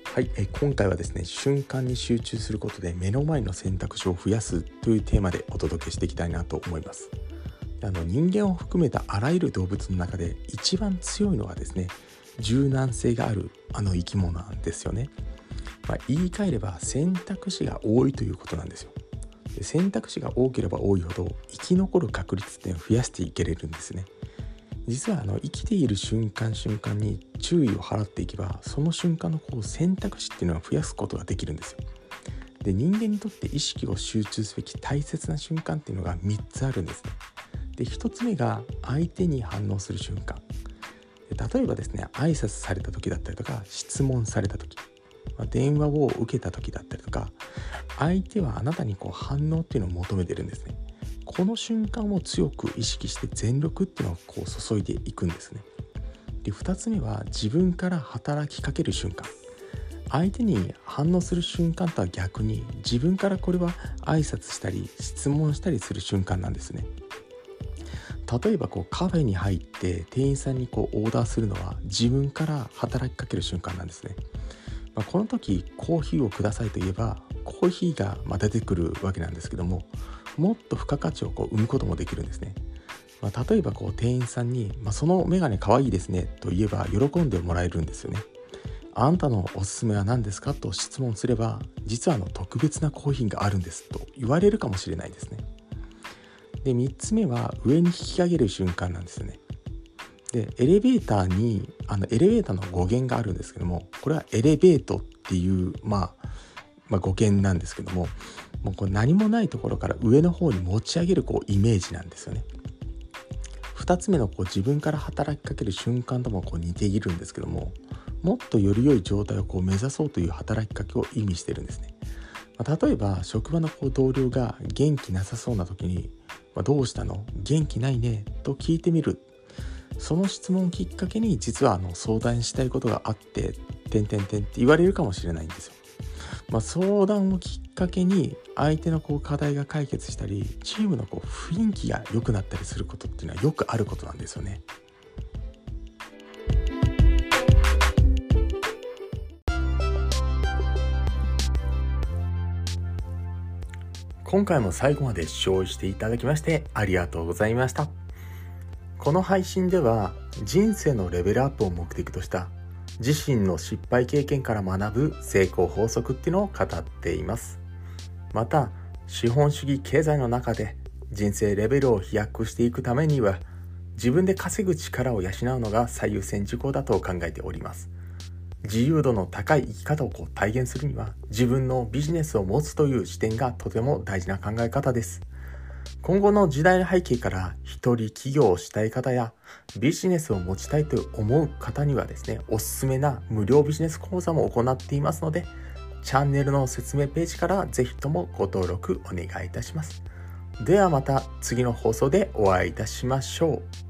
はい、今回はですね、瞬間に集中することで目の前の選択肢を増やすというテーマでお届けしていきたいなと思います。人間を含めたあらゆる動物の中で一番強いのはですね、柔軟性がある生き物なんですよね。言い換えれば選択肢が多いということなんですよ。で、選択肢が多ければ多いほど生き残る確率って増やしていけれるんですね。実は生きている瞬間に注意を払っていけば、その瞬間の選択肢っていうのは増やすことができるんですよ。で、人間にとって意識を集中すべき大切な瞬間っていうのが3つあるんですね。で、1つ目が相手に反応する瞬間。例えばですね、挨拶された時だったりとか、質問された時、電話を受けた時だったりとか、相手はあなたに反応っていうのを求めてるんですね。この瞬間を強く意識して全力っていうのを注いでいくんですね。で、2つ目は自分から働きかける瞬間。相手に反応する瞬間とは逆に、自分からこれは挨拶したり質問したりする瞬間なんですね。例えばカフェに入って店員さんにオーダーするのは自分から働きかける瞬間なんですね。この時コーヒーをくださいと言えばコーヒーが出てくるわけなんですけども、もっと付加価値を生むこともできるんですね。例えば店員さんに、そのメガネかわいいですねと言えば喜んでもらえるんですよね。あんたのおすすめは何ですかと質問すれば、実は特別なコーヒーがあるんですと言われるかもしれないですね。で、3つ目は上に引き上げる瞬間なんですよね。で、エレベーターの語源があるんですけども、これはエレベートっていう語源なんですけども、もう何もないところから上の方に持ち上げるイメージなんですよね。2つ目の自分から働きかける瞬間とも似ているんですけども、もっとより良い状態を目指そうという働きかけを意味しているんですね。例えば職場の同僚が元気なさそうな時に、どうしたの？元気ないねと聞いてみる。その質問をきっかけに実は相談したいことがあってって言われるかもしれないんですよ。相談をきっかけに相手の課題が解決したり、チームの雰囲気が良くなったりすることっていうのはよくあることなんですよね。今回も最後まで視聴していただきましてありがとうございました。この配信では人生のレベルアップを目的とした自身の失敗経験から学ぶ成功法則っていうのを語っています。また、資本主義経済の中で人生レベルを飛躍していくためには、自分で稼ぐ力を養うのが最優先事項だと考えております。自由度の高い生き方を体現するには、自分のビジネスを持つという視点がとても大事な考え方です。今後の時代の背景から一人起業をしたい方やビジネスを持ちたいと思う方にはですね、おすすめな無料ビジネス講座も行っていますので、チャンネルの説明ページからぜひともご登録お願いいたします。ではまた次の放送でお会いいたしましょう。